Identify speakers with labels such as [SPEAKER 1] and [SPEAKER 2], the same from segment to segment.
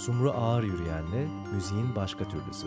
[SPEAKER 1] Sumru Ağır Yürüyen'le müziğin başka türlüsü.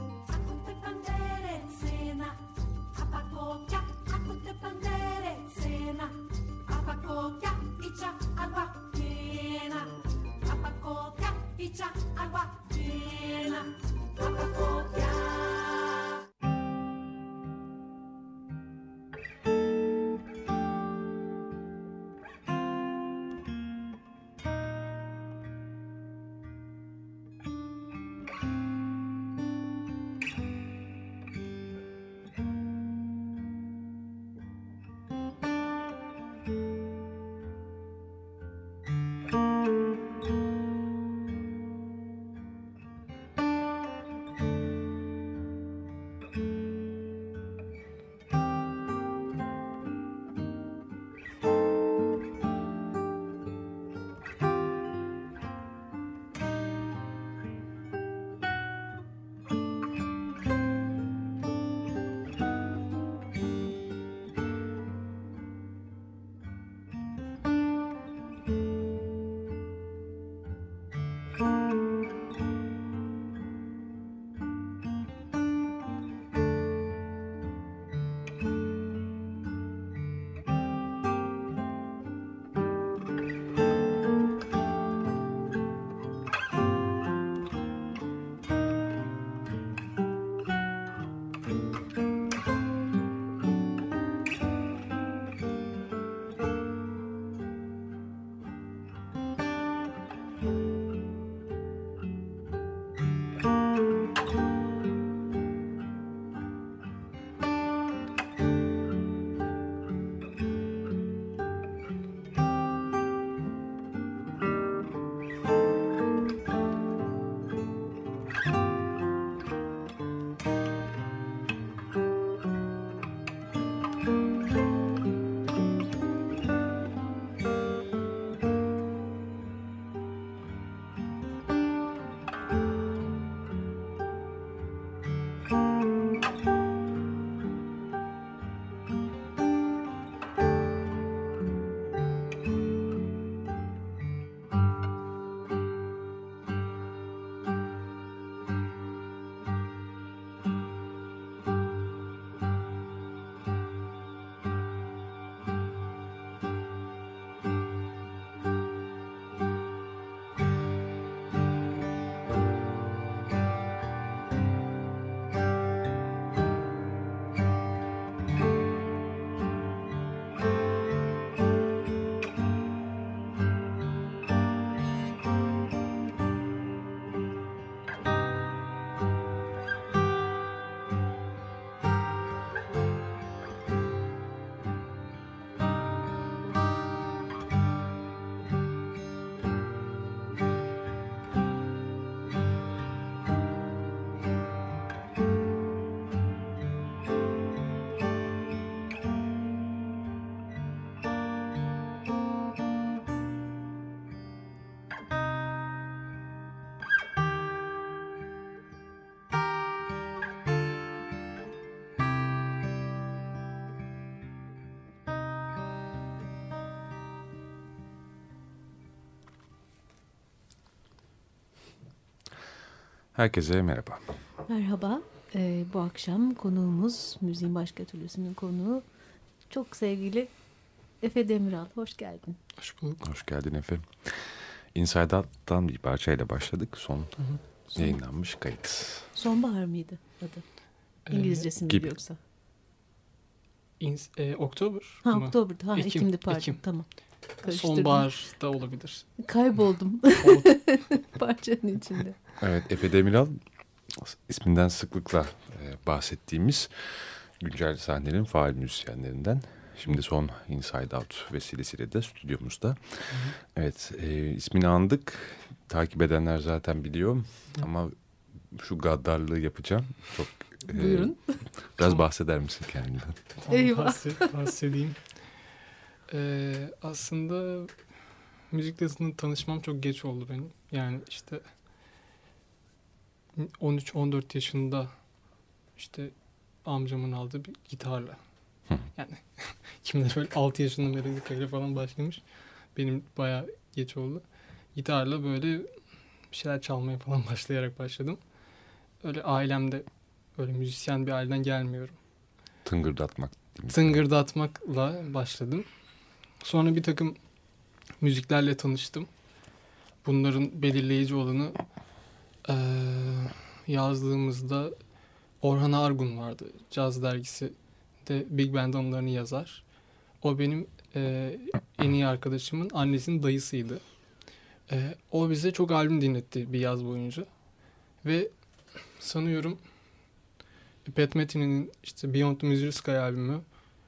[SPEAKER 2] Herkese merhaba.
[SPEAKER 3] Merhaba. Bu akşam konuğumuz, müziğin başka türlüsünün konuğu çok sevgili Efe Demiral. Hoş geldin.
[SPEAKER 4] Hoş bulduk.
[SPEAKER 2] Hoş geldin Efe. Inside Out'tan bir parçayla başladık. Son yayınlanmış kayıt.
[SPEAKER 3] Sonbahar mıydı adı? İngilizcesi miydi yoksa?
[SPEAKER 4] Oktober.
[SPEAKER 3] Oktober'da. Ekim'di pardon.
[SPEAKER 4] Ekim.
[SPEAKER 3] Tamam.
[SPEAKER 4] Sonbahar da olabilir.
[SPEAKER 3] Kayboldum. Parçanın içinde.
[SPEAKER 2] Evet, Efe Demiral isminden sıklıkla bahsettiğimiz güncel sahnenin faal müzisyenlerinden. Şimdi son Inside Out vesilesiyle de stüdyomuzda. Hı-hı. Evet, ismini andık. Takip edenler zaten biliyor. Ama şu gaddarlığı yapacağım. Çok
[SPEAKER 3] buyurun.
[SPEAKER 2] Biraz bahseder misin kendinden?
[SPEAKER 4] Tamam, bahsedeyim. Aslında müzikle tanışmam çok geç oldu benim. Yani işte 13-14 yaşında işte amcamın aldığı bir gitarla. Yani kimler böyle 6 yaşında melodikayla falan başlamış. Benim bayağı geç oldu. Gitarla böyle bir şeyler çalmaya falan başlayarak başladım. Öyle ailemde öyle müzisyen bir aileden gelmiyorum.
[SPEAKER 2] Tıngırdatmak. Değil mi?
[SPEAKER 4] Tıngırdatmakla başladım. Sonra bir takım müziklerle tanıştım. Bunların belirleyici olanı eee, yazdığımızda Orhan Argun vardı. Caz dergisi de Big Band onlarını yazar. O benim en iyi arkadaşımın annesinin dayısıydı. O bize çok albüm dinletti bir yaz boyunca. Ve sanıyorum Pat Metheny'nin işte Beyond the Missouri Sky albümü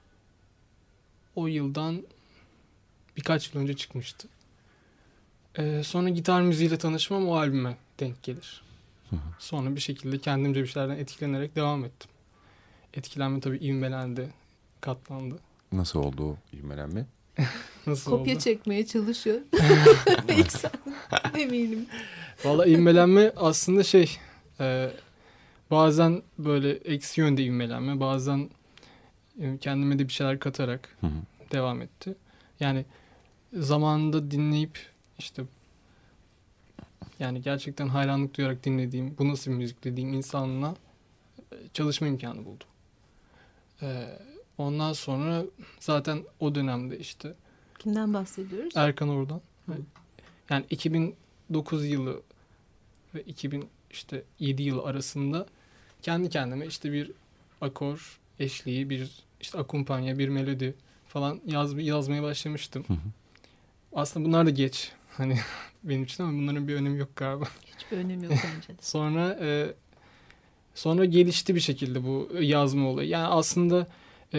[SPEAKER 4] o yıldan birkaç yıl önce çıkmıştı. Sonra gitar müziğiyle tanışmam o albüme denk gelir. Sonra bir şekilde kendimce bir şeylerden etkilenerek devam ettim. Etkilenme tabii ivmelendi, katlandı.
[SPEAKER 2] Nasıl oldu o ivmelenme?
[SPEAKER 4] Nasıl
[SPEAKER 3] Kopya
[SPEAKER 4] oldu?
[SPEAKER 3] çekmeye çalışıyor. İlk sen, eminim.
[SPEAKER 4] Valla ivmelenme aslında bazen böyle eksi yönde ivmelenme, bazen kendime de bir şeyler katarak devam etti. Yani zamanında dinleyip işte yani gerçekten hayranlık duyarak dinlediğim, bu nasıl bir müzik dediğim insanla çalışma imkanı buldum. Ondan sonra zaten o dönemde işte
[SPEAKER 3] Kimden bahsediyoruz?
[SPEAKER 4] Erkan Or'dan. Yani 2009 yılı ve 2007 yılı arasında kendi kendime işte bir akor eşliği, bir işte akumpanya, bir melodi falan yazmaya başlamıştım. Aslında bunlar da geç hani benim için ama bunların bir önemi yok galiba.
[SPEAKER 3] Hiçbir önemi yok bence de.
[SPEAKER 4] Sonra gelişti bir şekilde bu yazma olayı. Yani aslında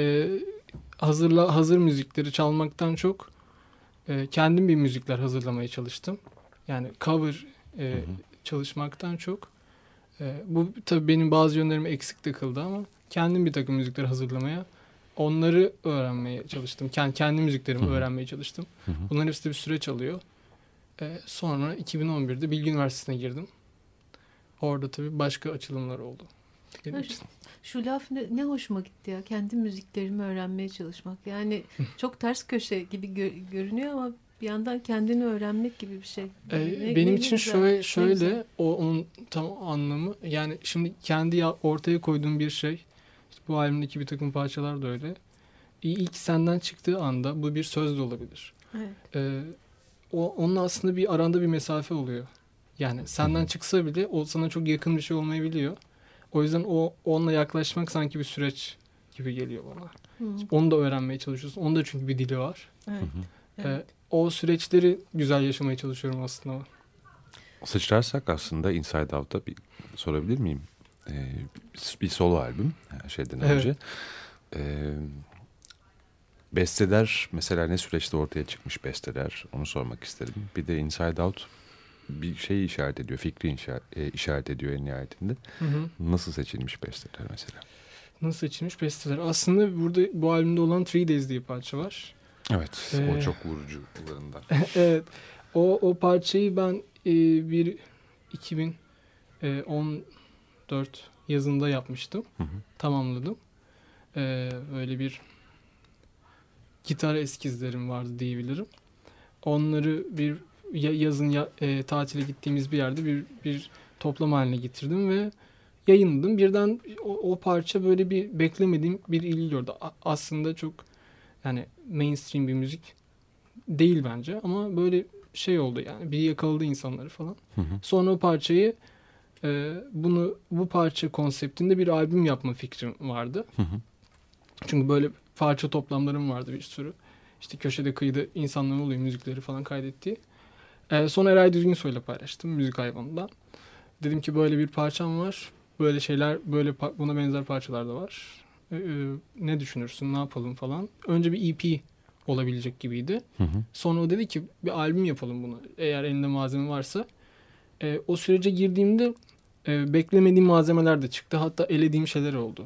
[SPEAKER 4] hazır müzikleri çalmaktan çok kendim bir müzikler hazırlamaya çalıştım. Yani cover çalışmaktan çok. Bu tabii benim bazı yönlerimi eksik de kıldı ama kendim bir takım müzikler hazırlamaya, onları öğrenmeye çalıştım. Kendi müziklerimi öğrenmeye çalıştım. Bunların hepsi de bir süreç alıyor. Sonra 2011'de Bilgi Üniversitesi'ne girdim. Orada tabii başka açılımlar oldu. Benim için.
[SPEAKER 3] Şu laf ne hoşuma gitti ya. Kendi müziklerimi öğrenmeye çalışmak. Yani çok ters köşe gibi görünüyor ama bir yandan kendini öğrenmek gibi bir şey.
[SPEAKER 4] Benim için
[SPEAKER 3] güzel,
[SPEAKER 4] şöyle onun tam anlamı, yani şimdi kendi ortaya koyduğum bir şey, işte bu albümdeki bir takım parçalar da öyle. İlk senden çıktığı anda bu bir söz de olabilir.
[SPEAKER 3] Evet.
[SPEAKER 4] Onun aslında bir aranda bir mesafe oluyor. Yani senden çıksa bile o sana çok yakın bir şey olmayabiliyor. O yüzden onunla yaklaşmak sanki bir süreç gibi geliyor bana. Onu da öğrenmeye çalışıyorsun. Onun da çünkü bir dili var.
[SPEAKER 3] Evet. Evet.
[SPEAKER 4] O süreçleri güzel yaşamaya çalışıyorum aslında.
[SPEAKER 2] Sıçrarsak aslında Inside Out'a bir sorabilir miyim? Bir solo albüm her şeyden önce. Besteler mesela ne süreçte ortaya çıkmış besteler, onu sormak isterim. Bir de Inside Out bir şey işaret ediyor, fikri işaret ediyor en nihayetinde. Nasıl seçilmiş besteler mesela?
[SPEAKER 4] Nasıl seçilmiş besteler? Aslında burada bu albümde olan 3 Days diye parça var.
[SPEAKER 2] Evet, o çok vurucularından.
[SPEAKER 4] Evet, o parçayı ben 2014 yazında yapmıştım. Tamamladım. Böyle bir gitar eskizlerim vardı diyebilirim. Onları bir yazın tatile gittiğimiz bir yerde bir toplam haline getirdim ve yayınladım. Birden o parça böyle bir beklemediğim bir ilgi gördü. Aslında çok yani mainstream bir müzik değil bence ama böyle şey oldu yani, bir yakaladı insanları falan. Sonra o parçayı bu parça konseptinde bir albüm yapma fikrim vardı. Çünkü böyle parça toplamlarım vardı bir sürü. İşte köşede kıyıda insanların oluyor müzikleri falan kaydettiği. Sonra Eray Düzgünsoy'la paylaştım Müzik Hayvanı'ndan. Dedim ki böyle bir parçam var. Böyle şeyler, böyle buna benzer parçalar da var. Ne düşünürsün, ne yapalım falan. Önce bir EP olabilecek gibiydi. Sonra o dedi ki bir albüm yapalım bunu. Eğer elinde malzeme varsa. O sürece girdiğimde beklemediğim malzemeler de çıktı. Hatta elediğim şeyler oldu.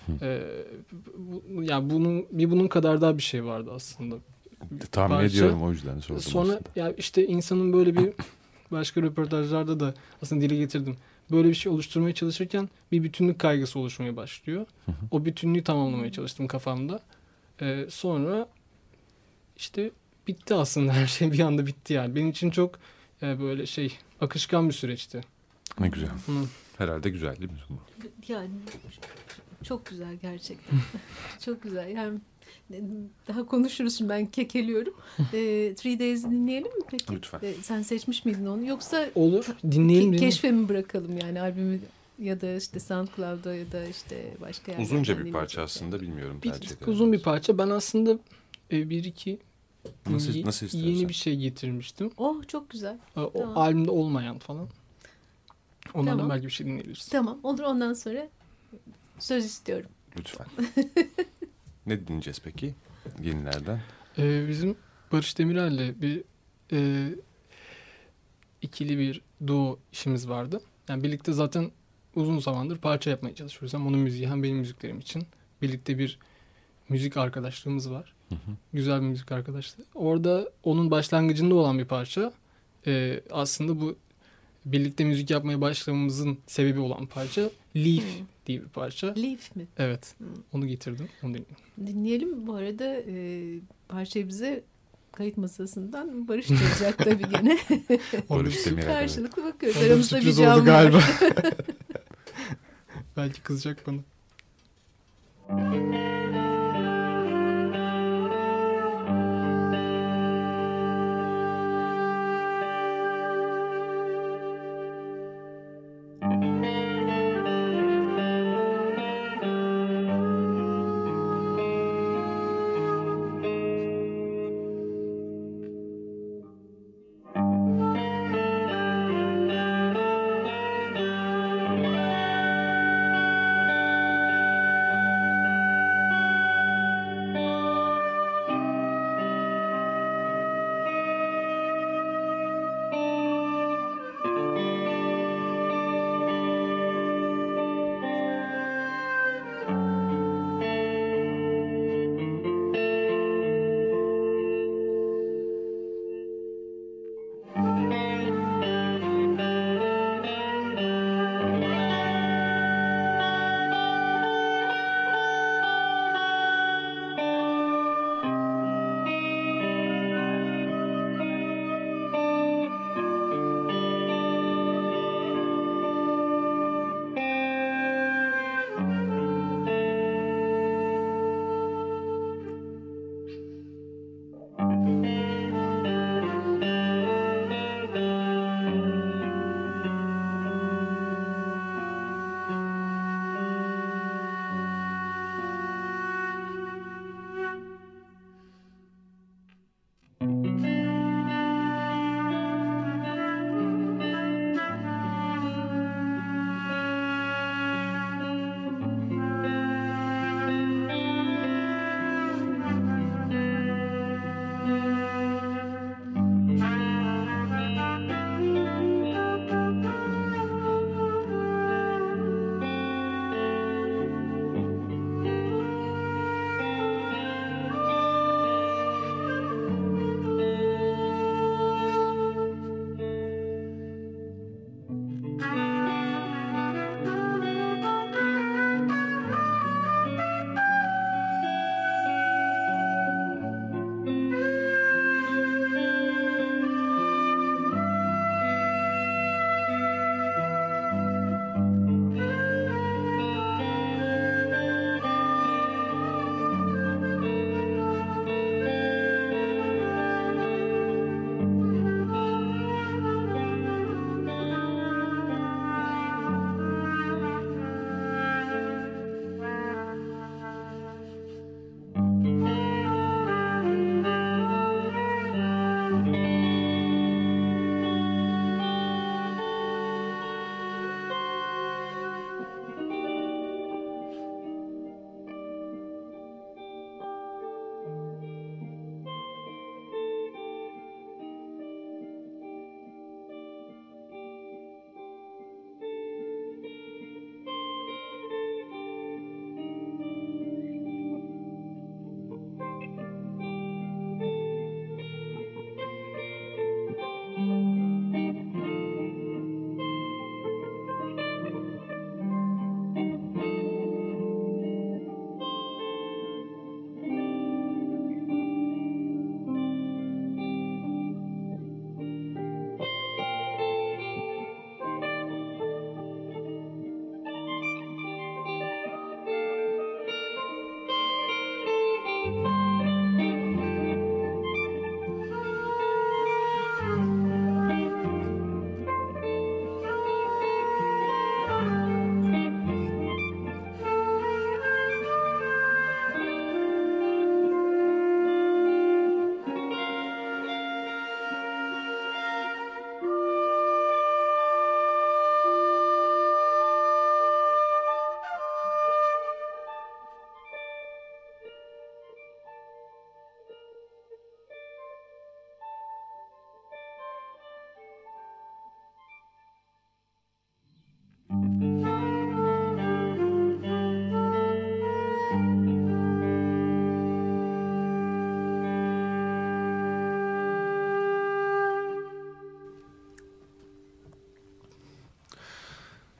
[SPEAKER 4] Yani bunun kadar daha bir şey vardı aslında.
[SPEAKER 2] Tahmin ediyorum, o yüzden sordum.
[SPEAKER 4] Sonra aslında. Ya işte insanın böyle bir başka röportajlarda da aslında dile getirdim. Böyle bir şey oluşturmaya çalışırken bir bütünlük kaygısı oluşmaya başlıyor. O bütünlüğü tamamlamaya çalıştım kafamda. Sonra işte bitti aslında, her şey bir anda bitti yani. Benim için çok böyle akışkan bir süreçti.
[SPEAKER 2] Ne güzel.
[SPEAKER 4] Hı.
[SPEAKER 2] Herhalde güzel değil mi?
[SPEAKER 3] Yani çok güzel gerçekten. Çok güzel. Yani daha konuşuruz şimdi, ben kekeliyorum. Three Days'i dinleyelim mi peki?
[SPEAKER 2] Lütfen.
[SPEAKER 3] Sen seçmiş miydin onu? Yoksa
[SPEAKER 4] Olur. Dinleyelim.
[SPEAKER 3] keşfe mi bırakalım yani albümü, ya da işte SoundCloud'da ya da işte başka yerlerden
[SPEAKER 2] Uzunca bir
[SPEAKER 3] dinleyecek
[SPEAKER 2] parça aslında, bilmiyorum, tercih ederim.
[SPEAKER 4] Uzun bir parça. Ben aslında bir iki
[SPEAKER 2] Nasıl istersen.
[SPEAKER 4] yeni bir şey getirmiştim.
[SPEAKER 3] Oh, çok güzel.
[SPEAKER 4] O
[SPEAKER 3] Tamam.
[SPEAKER 4] albümde olmayan falan. Onlardan
[SPEAKER 3] Tamam.
[SPEAKER 4] belki bir şey dinleyebiliriz.
[SPEAKER 3] Tamam, olur, ondan sonra söz istiyorum.
[SPEAKER 2] Lütfen. Ne dinleyeceğiz peki yenilerden?
[SPEAKER 4] Bizim Barış Demirel'le bir ikili bir duo işimiz vardı. Yani birlikte zaten uzun zamandır parça yapmaya çalışıyoruz. Hem onun müziği hem benim müziklerim için. Birlikte bir müzik arkadaşlığımız var.
[SPEAKER 2] Hı hı.
[SPEAKER 4] Güzel bir müzik arkadaşlığı. Orada onun başlangıcında olan bir parça. Aslında bu birlikte müzik yapmaya başlamamızın sebebi olan parça. Leaf diye bir parça.
[SPEAKER 3] Leaf mi?
[SPEAKER 4] Evet. Onu getirdim. Onu dinleyelim.
[SPEAKER 3] Dinleyelim. Bu arada parçayı bize kayıt masasından Barış çalacak tabii gene.
[SPEAKER 2] Barış Demirel.
[SPEAKER 3] Karşılıklı bakıyoruz.
[SPEAKER 4] Orada bir
[SPEAKER 3] Aramızda bir
[SPEAKER 4] sürpriz
[SPEAKER 3] cam
[SPEAKER 4] oldu
[SPEAKER 3] var.
[SPEAKER 4] galiba. Belki kızacak bana.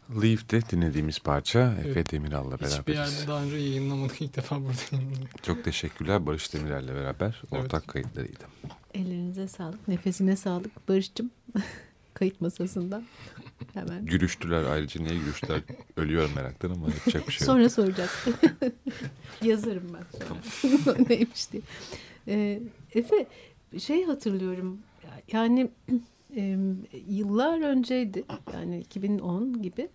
[SPEAKER 2] Leave'de dinlediğimiz parça
[SPEAKER 4] Evet.
[SPEAKER 2] Efe Demiral'la
[SPEAKER 4] Hiçbir
[SPEAKER 2] beraberiz.
[SPEAKER 4] yerde daha önce yayınlamadık. İlk defa burada yayınladık.
[SPEAKER 2] Çok teşekkürler Barış Demirel'le beraber
[SPEAKER 4] Evet.
[SPEAKER 2] ortak kayıtlarıydı.
[SPEAKER 3] Ellerinize sağlık, nefesine sağlık Barış'cığım. Kayıt masasından hemen.
[SPEAKER 2] Gülüştüler, ayrıca niye gülüştüler ölüyorum meraktan ama yapacak bir şey yok.
[SPEAKER 3] Sonra soracağız. Yazarım ben sonra. Neymiş diye. Efe, şey hatırlıyorum. Yani yıllar önceydi. Yani 2010 gibi.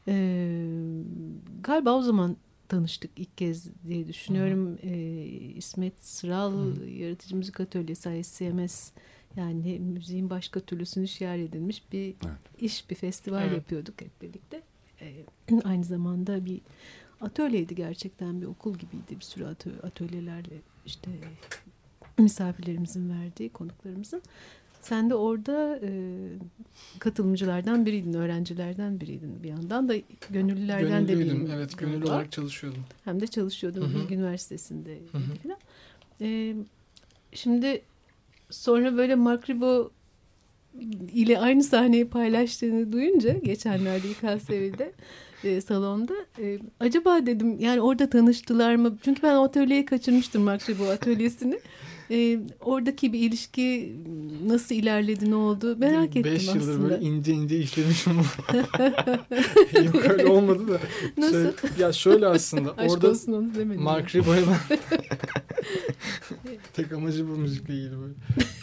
[SPEAKER 3] Galiba o zaman tanıştık ilk kez diye düşünüyorum. İsmet Sıral Yaratıcı Müzik Atölyesi ICMS, yani müziğin başka türlüsünü şiar edilmiş bir iş, bir festival
[SPEAKER 4] Evet.
[SPEAKER 3] yapıyorduk hep birlikte. Aynı zamanda bir atölyeydi, gerçekten bir okul gibiydi. Bir sürü atölyelerle işte misafirlerimizin verdiği, konuklarımızın. Sen de orada katılımcılardan biriydin, öğrencilerden biriydin. Bir yandan da gönüllülerden de
[SPEAKER 4] Gönüllüydüm.
[SPEAKER 3] biriydin.
[SPEAKER 4] Evet, gönüllü
[SPEAKER 3] galiba.
[SPEAKER 4] olarak çalışıyordum.
[SPEAKER 3] Hem de çalışıyordun
[SPEAKER 4] Hı hı.
[SPEAKER 3] Bilgi Üniversitesi'nde
[SPEAKER 4] Hı hı.
[SPEAKER 3] falan. Şimdi sonra böyle Mark Ribot ile aynı sahneyi paylaştığını duyunca geçenlerde İKSV'de salonda acaba dedim, yani orada tanıştılar mı? Çünkü ben o atölyeyi kaçırmıştım, Mark Ribot atölyesini. Oradaki bir ilişki nasıl ilerledi, ne oldu merak ettim
[SPEAKER 4] 5 yıldır
[SPEAKER 3] aslında.
[SPEAKER 4] böyle ince ince işlemişim ama. Yok öyle olmadı da.
[SPEAKER 3] Nasıl?
[SPEAKER 4] Ya şöyle aslında.
[SPEAKER 3] Aşk
[SPEAKER 4] orada
[SPEAKER 3] olsun, onu demedim.
[SPEAKER 4] Mark Ribot'a ben... Tek amacı bu müzikle ilgili böyle.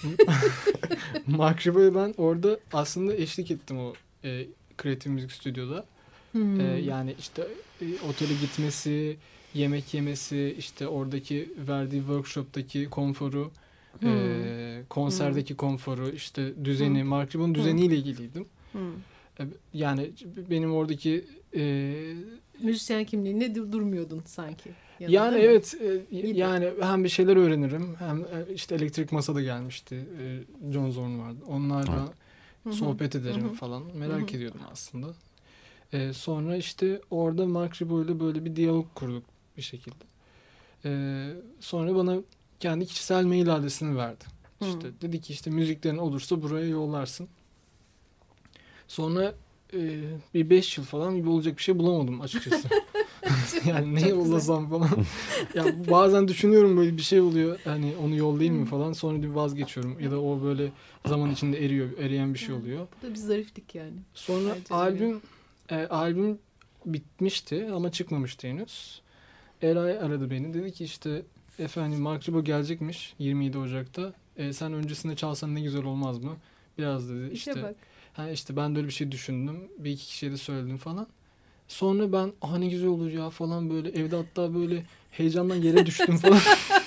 [SPEAKER 4] Mark Ribot'a ben orada aslında eşlik ettim o kreatif müzik stüdyoda. Yani işte otele gitmesi, yemek yemesi, işte oradaki verdiği workshop'taki konforu, konserdeki konforu, işte düzeni, Mark Ribot'un düzeniyle ilgiliydim. Yani benim oradaki
[SPEAKER 3] müzisyen kimliğinde durmuyordun sanki.
[SPEAKER 4] yani
[SPEAKER 3] Yanında mı?
[SPEAKER 4] evet,
[SPEAKER 3] İyiydi.
[SPEAKER 4] yani hem bir şeyler öğrenirim, hem işte elektrik masada gelmişti, John Zorn vardı. Onlarla sohbet ederim falan. Merak ediyordum aslında. Sonra işte orada Mark Ribot ile böyle bir diyalog kurduk bir şekilde. Sonra bana kendi kişisel mail adresini verdi. İşte dedi ki işte müziklerin olursa buraya yollarsın. Sonra bir 5 yıl falan gibi olacak bir şey bulamadım açıkçası. Yani ne yollasam falan. Ya bazen düşünüyorum, böyle bir şey oluyor. Hani onu yollayayım mı falan. Sonra bir vazgeçiyorum. Ya da o böyle zaman içinde eriyen bir şey oluyor.
[SPEAKER 3] Bu da bir zariflik yani.
[SPEAKER 4] Sonra
[SPEAKER 3] Bence
[SPEAKER 4] albüm bitmişti ama çıkmamıştı henüz. Eray aradı beni. Dedi ki işte efendim Mark Ribot gelecekmiş 27 Ocak'ta. Sen öncesinde çalsan ne güzel olmaz mı? Biraz dedi
[SPEAKER 3] İşe
[SPEAKER 4] işte.
[SPEAKER 3] bak.
[SPEAKER 4] İşte ben de öyle bir şey düşündüm. Bir iki kişiye de söyledim falan. Sonra ben ne güzel olur ya falan, böyle evde hatta böyle heyecandan yere düştüm falan.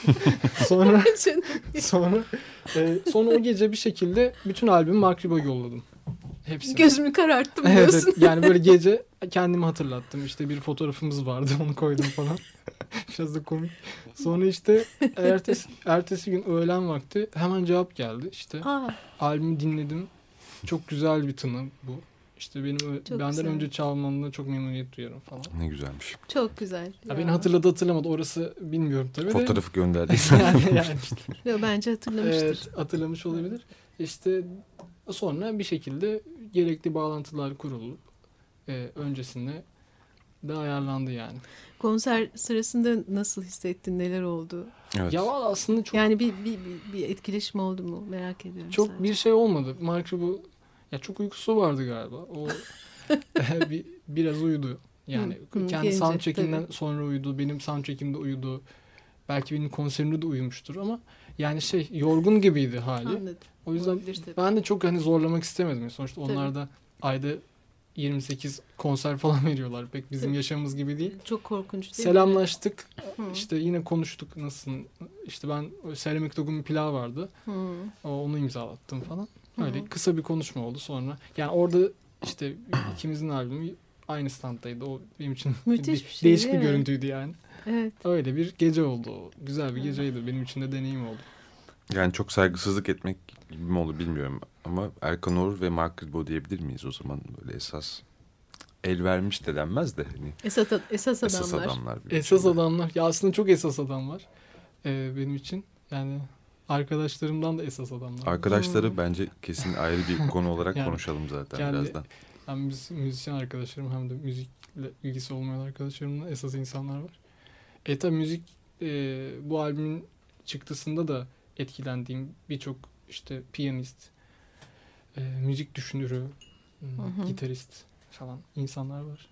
[SPEAKER 4] sonra o gece bir şekilde bütün albümü Mark Ribot'a yolladım. Hepsini.
[SPEAKER 3] Gözümü kararttım
[SPEAKER 4] Evet,
[SPEAKER 3] diyorsun.
[SPEAKER 4] yani böyle gece kendimi hatırlattım. İşte bir fotoğrafımız vardı, onu koydum falan. Biraz da komik. Sonra işte ertesi gün öğlen vakti hemen cevap geldi. İşte albümü dinledim. Çok güzel bir tını bu. İşte benim benden
[SPEAKER 3] güzel.
[SPEAKER 4] önce çalmamda çok memnuniyet duyuyorum falan.
[SPEAKER 2] Ne güzelmiş.
[SPEAKER 3] Çok güzel.
[SPEAKER 4] Ya beni hatırlamadı. Orası bilmiyorum tabii de.
[SPEAKER 2] Fotoğrafı gönderdiysen.
[SPEAKER 4] yani işte.
[SPEAKER 3] Yo, bence hatırlamıştır.
[SPEAKER 4] Evet, hatırlamış olabilir. İşte sonra bir şekilde gerekli bağlantılar kurulup öncesinde de ayarlandı yani.
[SPEAKER 3] Konser sırasında nasıl hissettin? Neler oldu?
[SPEAKER 2] Evet.
[SPEAKER 4] Ya aslında çok
[SPEAKER 3] Yani bir etkileşim oldu mu? Merak ediyorum.
[SPEAKER 4] çok
[SPEAKER 3] sadece.
[SPEAKER 4] bir şey olmadı. Mark Ribot ya çok uykusu vardı galiba. O biraz uyudu. Yani kendi
[SPEAKER 3] gelince,
[SPEAKER 4] soundcheck'inden
[SPEAKER 3] tabii.
[SPEAKER 4] sonra uyudu. Benim soundcheck'imde uyudu. Belki benim konserimde de uyumuştur ama yani yorgun gibiydi hali.
[SPEAKER 3] Anladım.
[SPEAKER 4] O yüzden
[SPEAKER 3] Olabilir tabii.
[SPEAKER 4] ben de çok zorlamak istemedim. Sonuçta onlar da ayda 28 konser falan veriyorlar. Pek bizim
[SPEAKER 3] Tabii.
[SPEAKER 4] yaşamımız gibi değil.
[SPEAKER 3] Çok korkunç değil mi?
[SPEAKER 4] Selamlaştık. İşte yine konuştuk nasılsın. İşte ben Seramik Dog'un bir plağı vardı. Onu imzalattım falan. Öyle kısa bir konuşma oldu sonra. Yani orada işte ikimizin albümü aynı standdaydı. O benim için
[SPEAKER 3] Müthiş bir şey,
[SPEAKER 4] değişik bir
[SPEAKER 3] değil mi?
[SPEAKER 4] görüntüydü yani.
[SPEAKER 3] Evet.
[SPEAKER 4] Öyle bir gece oldu o. Güzel bir geceydi. Benim için de deneyim oldu.
[SPEAKER 2] Yani çok saygısızlık etmek gibi mi oldu bilmiyorum. Ama Erkan Oğur ve Mark Ribot diyebilir miyiz o zaman? Böyle esas el vermiş de denmez de. Hani
[SPEAKER 3] Esas adamlar.
[SPEAKER 2] esas adamlar.
[SPEAKER 4] Esas adamlar. Ya aslında çok esas adam var. Benim için. Yani arkadaşlarımdan da esas adamlar.
[SPEAKER 2] Arkadaşları bence kesin ayrı bir konu olarak
[SPEAKER 4] Yani
[SPEAKER 2] konuşalım zaten
[SPEAKER 4] kendi-
[SPEAKER 2] birazdan.
[SPEAKER 4] hem müzisyen arkadaşlarım hem de müzikle ilgisi olmayan arkadaşlarımla esas insanlar var. Tabii müzik bu albümün çıktısında da etkilendiğim birçok işte piyanist, müzik düşünürü, gitarist falan insanlar var.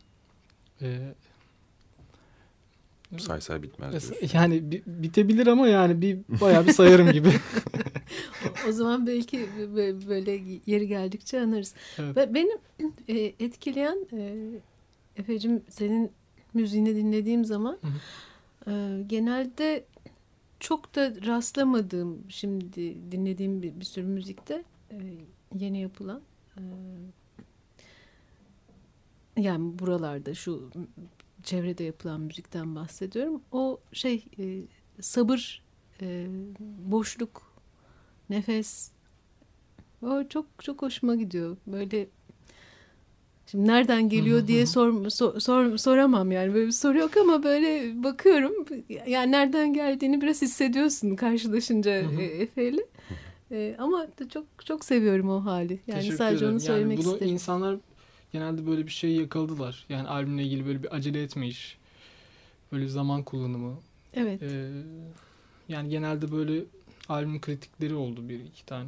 [SPEAKER 2] Say bitmez diyorsun.
[SPEAKER 4] Yani bitebilir ama yani bayağı bir sayarım gibi.
[SPEAKER 3] O zaman belki böyle yeri geldikçe anarız.
[SPEAKER 4] Evet.
[SPEAKER 3] Ve benim etkileyen Efe'cim senin müziğini dinlediğim zaman genelde çok da rastlamadığım şimdi dinlediğim bir sürü müzikte yeni yapılan yani buralarda şu çevrede yapılan müzikten bahsediyorum. O sabır, boşluk, nefes. O çok çok hoşuma gidiyor. Böyle şimdi nereden geliyor diye soramam yani. Böyle bir soru yok ama böyle bakıyorum. Yani nereden geldiğini biraz hissediyorsun karşılaşınca Efe'yle. Ama çok çok seviyorum o hali. Yani
[SPEAKER 4] Teşekkür
[SPEAKER 3] sadece
[SPEAKER 4] ederim.
[SPEAKER 3] onu söylemek
[SPEAKER 4] bunu
[SPEAKER 3] istedim.
[SPEAKER 4] insanlar genelde böyle bir şey yakaladılar. Yani albümle ilgili böyle bir acele etme iş. Böyle zaman kullanımı.
[SPEAKER 3] Evet.
[SPEAKER 4] Yani genelde böyle albüm kritikleri oldu bir iki tane.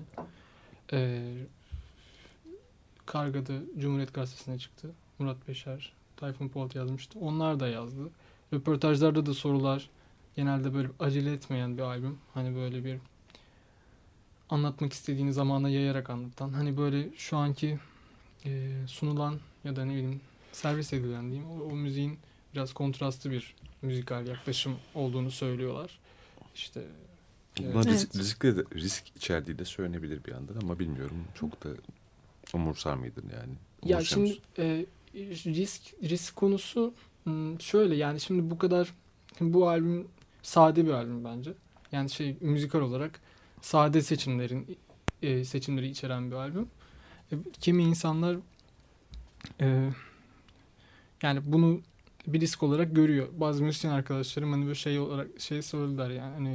[SPEAKER 4] Karga'da Cumhuriyet Gazetesi'ne çıktı. Murat Beşer, Tayfun Polat yazmıştı. Onlar da yazdı. Röportajlarda da sorular genelde böyle acele etmeyen bir albüm. Hani böyle bir anlatmak istediğini zamana yayarak anlatan. Hani böyle şu anki sunulan ya da ne bileyim servis edilen diyeyim. O müziğin biraz kontrastlı bir müzikal yaklaşım olduğunu söylüyorlar. İşte
[SPEAKER 2] Buna risk içerdiği de söylenebilir bir yandan ama bilmiyorum çok da umursar mıydın yani?
[SPEAKER 4] Ya şimdi risk konusu şöyle yani şimdi bu albüm sade bir albüm bence. Yani müzikal olarak sade seçimleri içeren bir albüm. Kimi insanlar yani bunu bir risk olarak görüyor. Bazı müzisyen arkadaşlarım hani böyle söylediler yani hani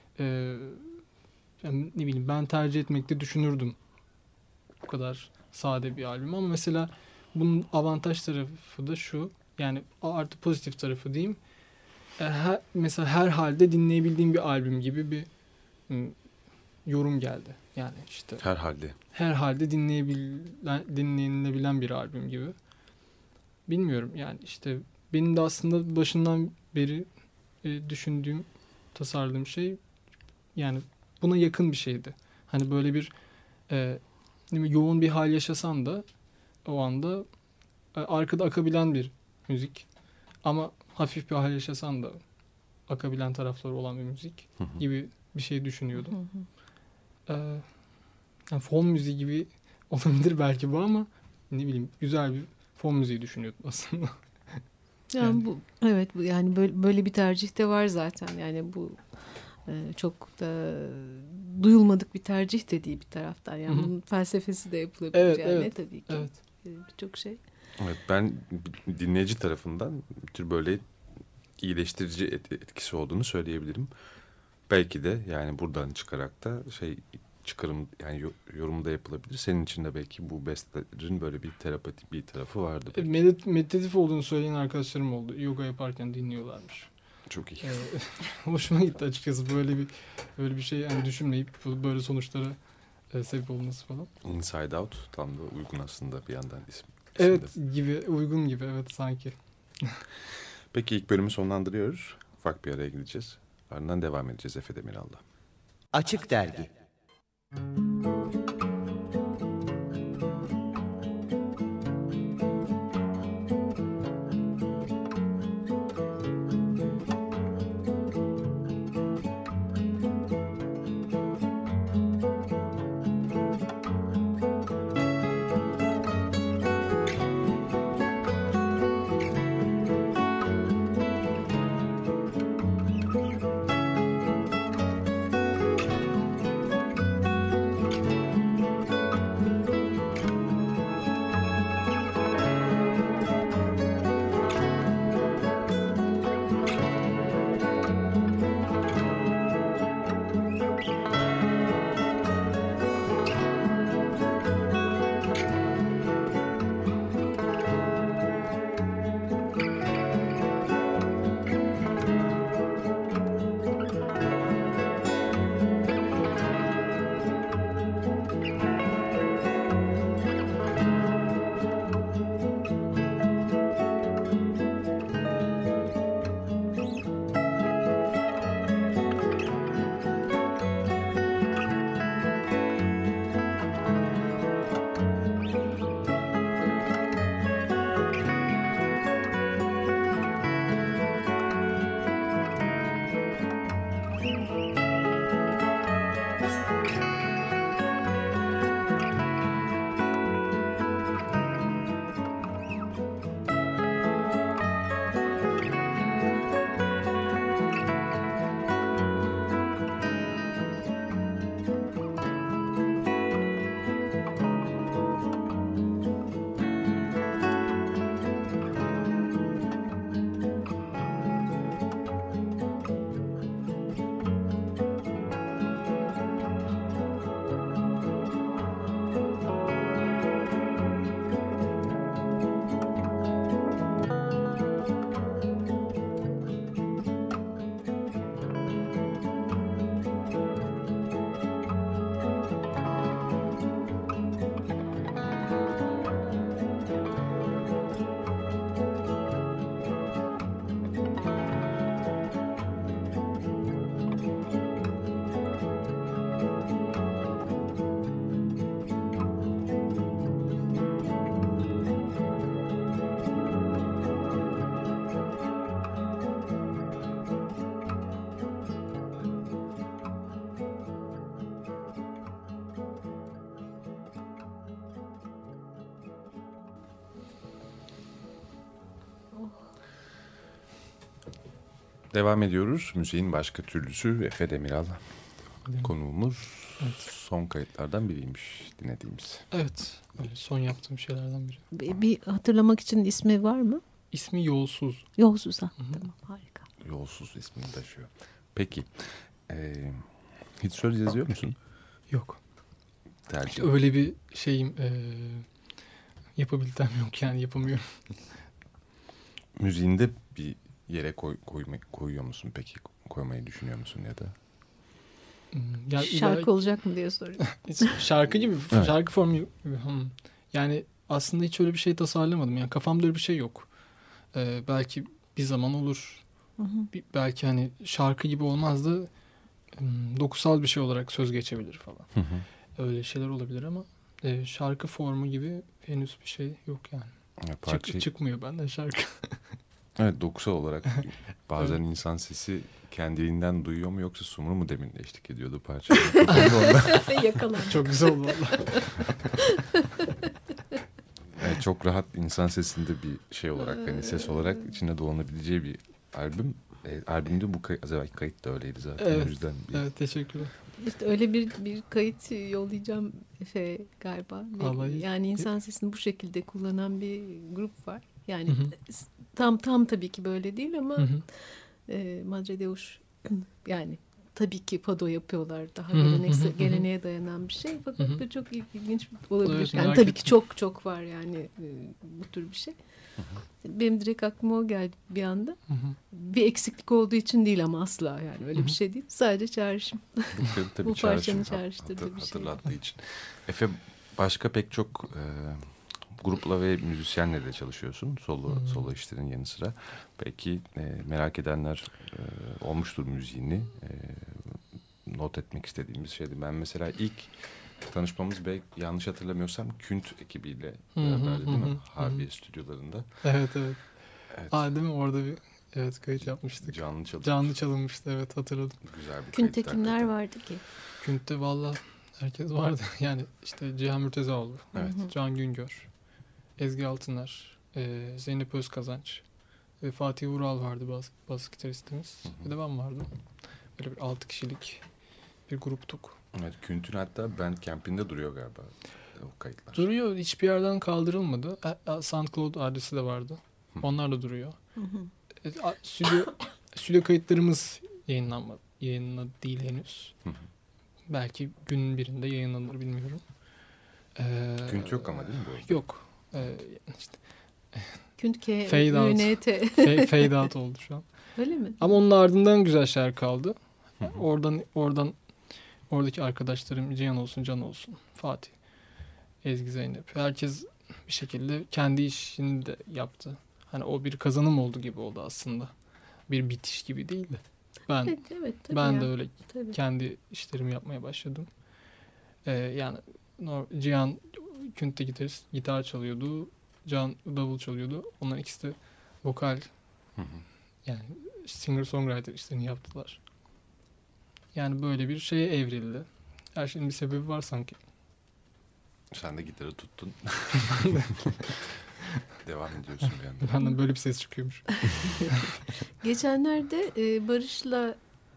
[SPEAKER 4] yani ne bileyim ben tercih etmekte düşünürdüm bu kadar sade bir albüm ama mesela bunun avantaj tarafı da şu yani artı pozitif tarafı diyeyim mesela her halde dinleyebildiğim bir albüm gibi bir yorum geldi yani işte her halde dinlenilebilen bir albüm gibi bilmiyorum yani işte benim de aslında başından beri düşündüğüm tasarladığım şey yani buna yakın bir şeydi. Hani böyle bir yoğun bir hal yaşasan da o anda arkada akabilen bir müzik ama hafif bir hal yaşasan da akabilen tarafları olan bir müzik gibi bir şey düşünüyordum. Yani fon müziği gibi olabilir belki bu ama ne bileyim güzel bir fon müziği düşünüyordum aslında.
[SPEAKER 3] Yani bu yani böyle bir tercih de var zaten. Yani bu çok da duyulmadık bir tercih de değil bir taraftan. Yani bunun felsefesi de yapılabilir evet. Tabii ki.
[SPEAKER 4] Evet.
[SPEAKER 3] Birçok şey.
[SPEAKER 2] Evet, ben dinleyici tarafından bir tür böyle iyileştirici etkisi olduğunu söyleyebilirim. Belki de yani buradan çıkarak da çıkarım yani yorumda yapılabilir. Senin için de belki bu bestelerin böyle bir terapatik bir tarafı vardı.
[SPEAKER 4] Meditatif olduğunu söyleyen arkadaşlarım oldu. Yoga yaparken dinliyorlarmış.
[SPEAKER 2] Çok iyi.
[SPEAKER 4] Hoşuma gitti açıkçası böyle bir şey yani düşünmeyip böyle sonuçlara sebep olması falan.
[SPEAKER 2] Inside Out tam da uygun aslında bir yandan ismi.
[SPEAKER 4] Evet uygun gibi evet sanki.
[SPEAKER 2] Peki ilk bölümü sonlandırıyoruz. Ufak bir araya gideceğiz. Ardından devam edeceğiz Efe Demiral'la.
[SPEAKER 5] Açık Dergi.
[SPEAKER 2] Devam ediyoruz. Müziğin başka türlüsü Efe Demiral konuğumuz.
[SPEAKER 4] Evet.
[SPEAKER 2] Son kayıtlardan biriymiş dinlediğimiz.
[SPEAKER 4] Evet. Böyle son yaptığım şeylerden biri.
[SPEAKER 3] Bir hatırlamak için ismi var mı?
[SPEAKER 4] İsmi Yolsuz.
[SPEAKER 3] Yolsuz ha.
[SPEAKER 4] Hı-hı.
[SPEAKER 3] Tamam, harika.
[SPEAKER 2] Yolsuz ismini taşıyor. Peki. Hiç söz yazıyor musun?
[SPEAKER 4] Yok.
[SPEAKER 2] Tercih.
[SPEAKER 4] Öyle bir şeyim yapabilitem yok yani yapamıyorum.
[SPEAKER 2] Müziğinde bir yere koyuyor musun peki? Koymayı düşünüyor musun ya da?
[SPEAKER 4] Ya
[SPEAKER 3] Şarkı olacak mı diye soruyorum.
[SPEAKER 4] şarkı gibi,
[SPEAKER 2] Evet.
[SPEAKER 4] şarkı formu gibi. Yani aslında hiç öyle bir şey tasarlamadım. Yani kafamda öyle bir şey yok. Belki bir zaman olur.
[SPEAKER 3] Hı hı.
[SPEAKER 4] Belki hani şarkı gibi olmaz da dokusal bir şey olarak söz geçebilir falan.
[SPEAKER 2] Hı hı.
[SPEAKER 4] Öyle şeyler olabilir ama şarkı formu gibi henüz bir şey yok yani.
[SPEAKER 2] Parça...
[SPEAKER 4] Çıkmıyor benden şarkı.
[SPEAKER 2] Evet, dokusal olarak bazen insan sesi kendiliğinden duyuyor mu yoksa Sumru mu demin eşlik ediyordu parçaya?
[SPEAKER 3] Yakalandı.
[SPEAKER 4] Çok güzel oldu valla.
[SPEAKER 2] Yani çok rahat insan sesinde bir şey olarak hani ses olarak içine dolanabileceği bir albüm. Albümde bu kayıt da öyleydi zaten.
[SPEAKER 4] Evet.
[SPEAKER 2] O yüzden
[SPEAKER 4] Evet, teşekkürler.
[SPEAKER 3] İşte öyle bir kayıt yollayacağım Efe galiba.
[SPEAKER 4] Vallahi.
[SPEAKER 3] Yani insan sesini bu şekilde kullanan bir grup var. Yani
[SPEAKER 4] Hı-hı.
[SPEAKER 3] tam tabii ki böyle değil ama
[SPEAKER 4] Hı-hı.
[SPEAKER 3] Madre Deus yani tabii ki fado yapıyorlar. Daha
[SPEAKER 4] Hı-hı.
[SPEAKER 3] geleneğe dayanan bir şey. Fakat
[SPEAKER 4] Hı-hı.
[SPEAKER 3] bu çok ilginç olabilir.
[SPEAKER 4] Evet,
[SPEAKER 3] yani
[SPEAKER 4] merak
[SPEAKER 3] tabii
[SPEAKER 4] ettim.
[SPEAKER 3] ki çok var yani bu tür bir şey. Benim direkt aklıma o geldi bir anda.
[SPEAKER 4] Hı-hı.
[SPEAKER 3] Bir eksiklik olduğu için değil ama asla yani öyle bir şey değil. Sadece çağrışım.
[SPEAKER 2] tabii
[SPEAKER 3] Bu parçanın
[SPEAKER 2] çağrışım
[SPEAKER 3] çağrıştırdığı bir şey.
[SPEAKER 2] hatırlattığı için. Efe, başka pek çok grupla ve müzisyenle de çalışıyorsun. Solo işlerin yanı sıra. Belki merak edenler olmuştur müziğini. Not etmek istediğimiz şeydi. Ben mesela ilk tanışmamız belki yanlış hatırlamıyorsam Künt ekibiyle beraberdi değil mi? Harbiye stüdyolarında.
[SPEAKER 4] Evet.
[SPEAKER 2] Evet.
[SPEAKER 4] Değil mi? Orada bir kayıt yapmıştık.
[SPEAKER 2] Canlı
[SPEAKER 4] çalınmıştı, evet, hatırladım.
[SPEAKER 2] Güzel bir
[SPEAKER 3] Künte
[SPEAKER 2] kayıttı
[SPEAKER 3] kimler
[SPEAKER 2] hakikaten.
[SPEAKER 3] vardı ki?
[SPEAKER 4] Künt'te valla herkes vardı. Yani işte Cihan Mürtezaoğlu,
[SPEAKER 2] Evet.
[SPEAKER 4] Can Güngör, Ezgi Altıner, Zeynep Özkazanç ve Fatih Vural vardı bas gitaristimiz. Bir de ben vardım. Böyle bir 6 kişilik bir gruptuk.
[SPEAKER 2] Evet, Künt'ün hatta Bandcamp'inde duruyor galiba o kayıtlar.
[SPEAKER 4] Duruyor, hiçbir yerden kaldırılmadı. SoundCloud adresi de vardı. Onlar da duruyor. Stüdyo kayıtlarımız yayınlanmadı değil henüz. Belki günün birinde yayınlanır, bilmiyorum.
[SPEAKER 2] Künt yok ama değil mi bu?
[SPEAKER 4] Yok. İşte
[SPEAKER 3] Künt K,
[SPEAKER 4] Fade out.
[SPEAKER 3] UNT.
[SPEAKER 4] fade out oldu şu an.
[SPEAKER 3] Öyle mi?
[SPEAKER 4] Ama onun ardından güzel şeyler kaldı. Oradan oradaki arkadaşlarım Cihan olsun, Can olsun, Fatih, Ezgi, Zeynep. Herkes bir şekilde kendi işini de yaptı. Hani o bir kazanım oldu gibi oldu aslında. Bir bitiş gibi değil de.
[SPEAKER 3] Evet, tabii
[SPEAKER 4] Ben
[SPEAKER 3] ya.
[SPEAKER 4] de öyle
[SPEAKER 3] Tabii.
[SPEAKER 4] kendi işlerimi yapmaya başladım. Yani Cihan Künt'te gitar çalıyordu. Can davul çalıyordu. Onların ikisi de vokal, yani singer-songwriter işlerini yaptılar. Yani böyle bir şeye evrildi. Her şeyin bir sebebi var sanki.
[SPEAKER 2] Sen de gitarı tuttun. Devam ediyorsun bir yandan.
[SPEAKER 4] Benden böyle bir ses çıkıyormuş.
[SPEAKER 3] Geçenlerde Barış'la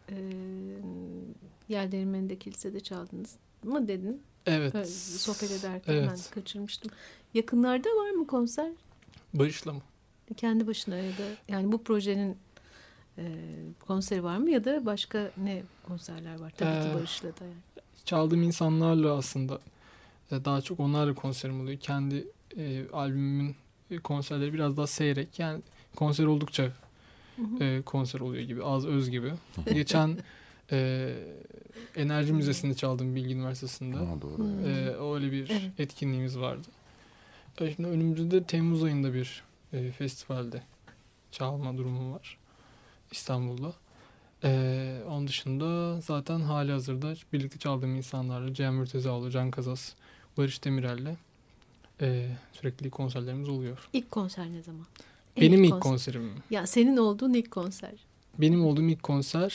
[SPEAKER 3] Yerlerimende Kilisede çaldınız mı dedin?
[SPEAKER 4] Evet.
[SPEAKER 3] Sohbet ederken
[SPEAKER 4] Evet.
[SPEAKER 3] ben kaçırmıştım. Yakınlarda var mı konser?
[SPEAKER 4] Barış'la mı?
[SPEAKER 3] Kendi başına ya da yani bu projenin konseri var mı ya da başka ne konserler var? Tabii ki Barış'la da yani.
[SPEAKER 4] Çaldığım insanlarla aslında daha çok onlarla konserim oluyor. Kendi albümümün konserleri biraz daha seyrek. Yani konser oldukça konser oluyor gibi. Az öz gibi. Geçen Enerji Müzesi'nde çaldım Bilgi Üniversitesi'nde.
[SPEAKER 2] Doğru.
[SPEAKER 4] Öyle bir
[SPEAKER 3] Evet.
[SPEAKER 4] etkinliğimiz vardı. Şimdi önümüzde de Temmuz ayında bir festivalde çalma durumum var İstanbul'da. Onun dışında zaten hali hazırda birlikte çaldığım insanlarla Cem Mürtezaoğlu, Can Kazas, Barış Demirel'le sürekli konserlerimiz oluyor.
[SPEAKER 3] İlk konser ne zaman?
[SPEAKER 4] Benim ilk
[SPEAKER 3] konser.
[SPEAKER 4] konserim.
[SPEAKER 3] Ya senin olduğun ilk konser.
[SPEAKER 4] Benim olduğum ilk konser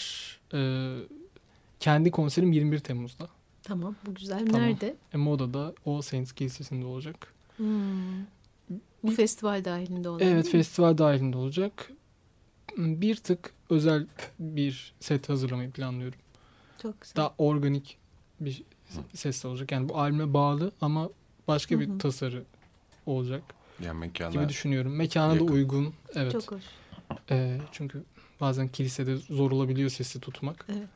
[SPEAKER 4] kendi konserim 21 Temmuz'da.
[SPEAKER 3] Tamam, bu güzel.
[SPEAKER 4] Tamam.
[SPEAKER 3] Nerede?
[SPEAKER 4] Moda'da All Saints Kilisesi'nde olacak.
[SPEAKER 3] Bu festival dahilinde olan.
[SPEAKER 4] Evet,
[SPEAKER 3] değil mi?
[SPEAKER 4] festival dahilinde olacak. Bir tık özel bir set hazırlamayı planlıyorum.
[SPEAKER 3] Çok güzel.
[SPEAKER 4] Daha organik bir ses olacak. Yani bu albüme bağlı ama başka bir
[SPEAKER 3] Hı hı.
[SPEAKER 4] tasarı olacak
[SPEAKER 2] Yani mekana
[SPEAKER 4] gibi düşünüyorum. Mekana
[SPEAKER 2] yakın.
[SPEAKER 4] da uygun. Evet.
[SPEAKER 3] Çok hoş.
[SPEAKER 4] Çünkü bazen kilisede zor olabiliyor sesi tutmak.
[SPEAKER 3] Evet.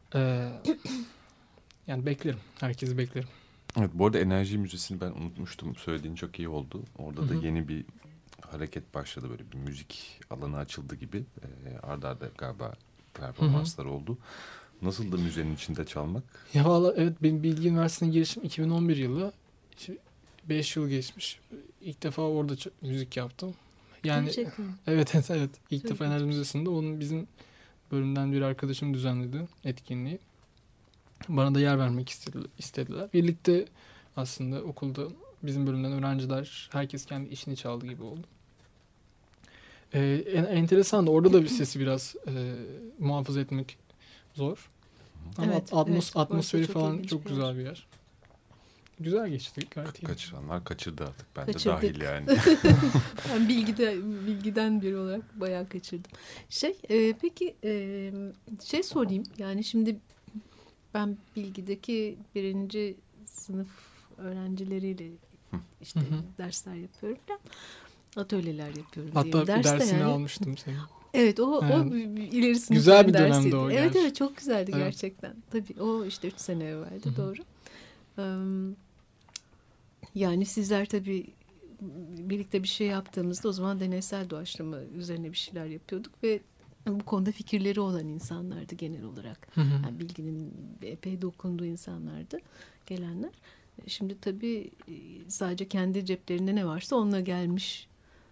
[SPEAKER 4] Yani beklerim. Herkesi beklerim.
[SPEAKER 2] Evet, bu arada Enerji Müzesi'ni ben unutmuştum. Söylediğin çok iyi oldu. Orada da
[SPEAKER 4] Hı hı.
[SPEAKER 2] yeni bir hareket başladı. Böyle bir müzik alanı açıldı gibi. Arda arda galiba performanslar oldu. Nasıldı müzenin içinde çalmak?
[SPEAKER 4] Ya valla evet, benim Bilgi Üniversitesi'ne girişim 2011 yılı. 5 yıl geçmiş. İlk defa orada müzik yaptım. Yani
[SPEAKER 3] Gerçekten.
[SPEAKER 4] evet. İlk
[SPEAKER 3] Çok
[SPEAKER 4] defa Enerji Müzesi'nde onun bizim bölümden bir arkadaşım düzenledi etkinliği. Bana da yer vermek istediler. Birlikte aslında okulda bizim bölümden öğrenciler herkes kendi işini çaldı gibi oldu. Enteresan da orada da bir sesi biraz muhafaza etmek zor. Ama
[SPEAKER 3] Evet,
[SPEAKER 4] atmosferi
[SPEAKER 3] orası çok
[SPEAKER 4] falan
[SPEAKER 3] ilginç
[SPEAKER 4] çok
[SPEAKER 3] bir
[SPEAKER 4] güzel
[SPEAKER 3] yer.
[SPEAKER 4] bir yer. Güzel geçti gayet iyi.
[SPEAKER 2] Kaçıranlar kaçırdı artık. Ben
[SPEAKER 3] Kaçırdık.
[SPEAKER 2] de dahil yani.
[SPEAKER 3] Ben bilgiden biri olarak bayağı kaçırdım. Peki şey sorayım. Yani şimdi ben Bilgi'deki 1. sınıf öğrencileriyle işte
[SPEAKER 4] Hı hı.
[SPEAKER 3] dersler yapıyorum ya. Atölyeler yapıyorum
[SPEAKER 4] Hatta
[SPEAKER 3] diyeyim.
[SPEAKER 4] bir
[SPEAKER 3] Derste
[SPEAKER 4] dersini
[SPEAKER 3] yani.
[SPEAKER 4] almıştım senin.
[SPEAKER 3] Evet, o
[SPEAKER 4] Evet.
[SPEAKER 3] ileri sınıfların
[SPEAKER 4] Güzel bir dönemdi
[SPEAKER 3] dersiydi.
[SPEAKER 4] o
[SPEAKER 3] Evet,
[SPEAKER 4] gerçi.
[SPEAKER 3] çok güzeldi
[SPEAKER 4] Evet.
[SPEAKER 3] gerçekten. Tabii o işte 3 sene evveldi,
[SPEAKER 4] Hı hı.
[SPEAKER 3] doğru. Yani sizler tabii birlikte bir şey yaptığımızda o zaman deneysel doğaçlama üzerine bir şeyler yapıyorduk ve bu konuda fikirleri olan insanlardı genel olarak.
[SPEAKER 4] Hı hı.
[SPEAKER 3] Yani Bilginin epey dokunduğu insanlardı gelenler. Şimdi tabii sadece kendi ceplerinde ne varsa onunla gelmiş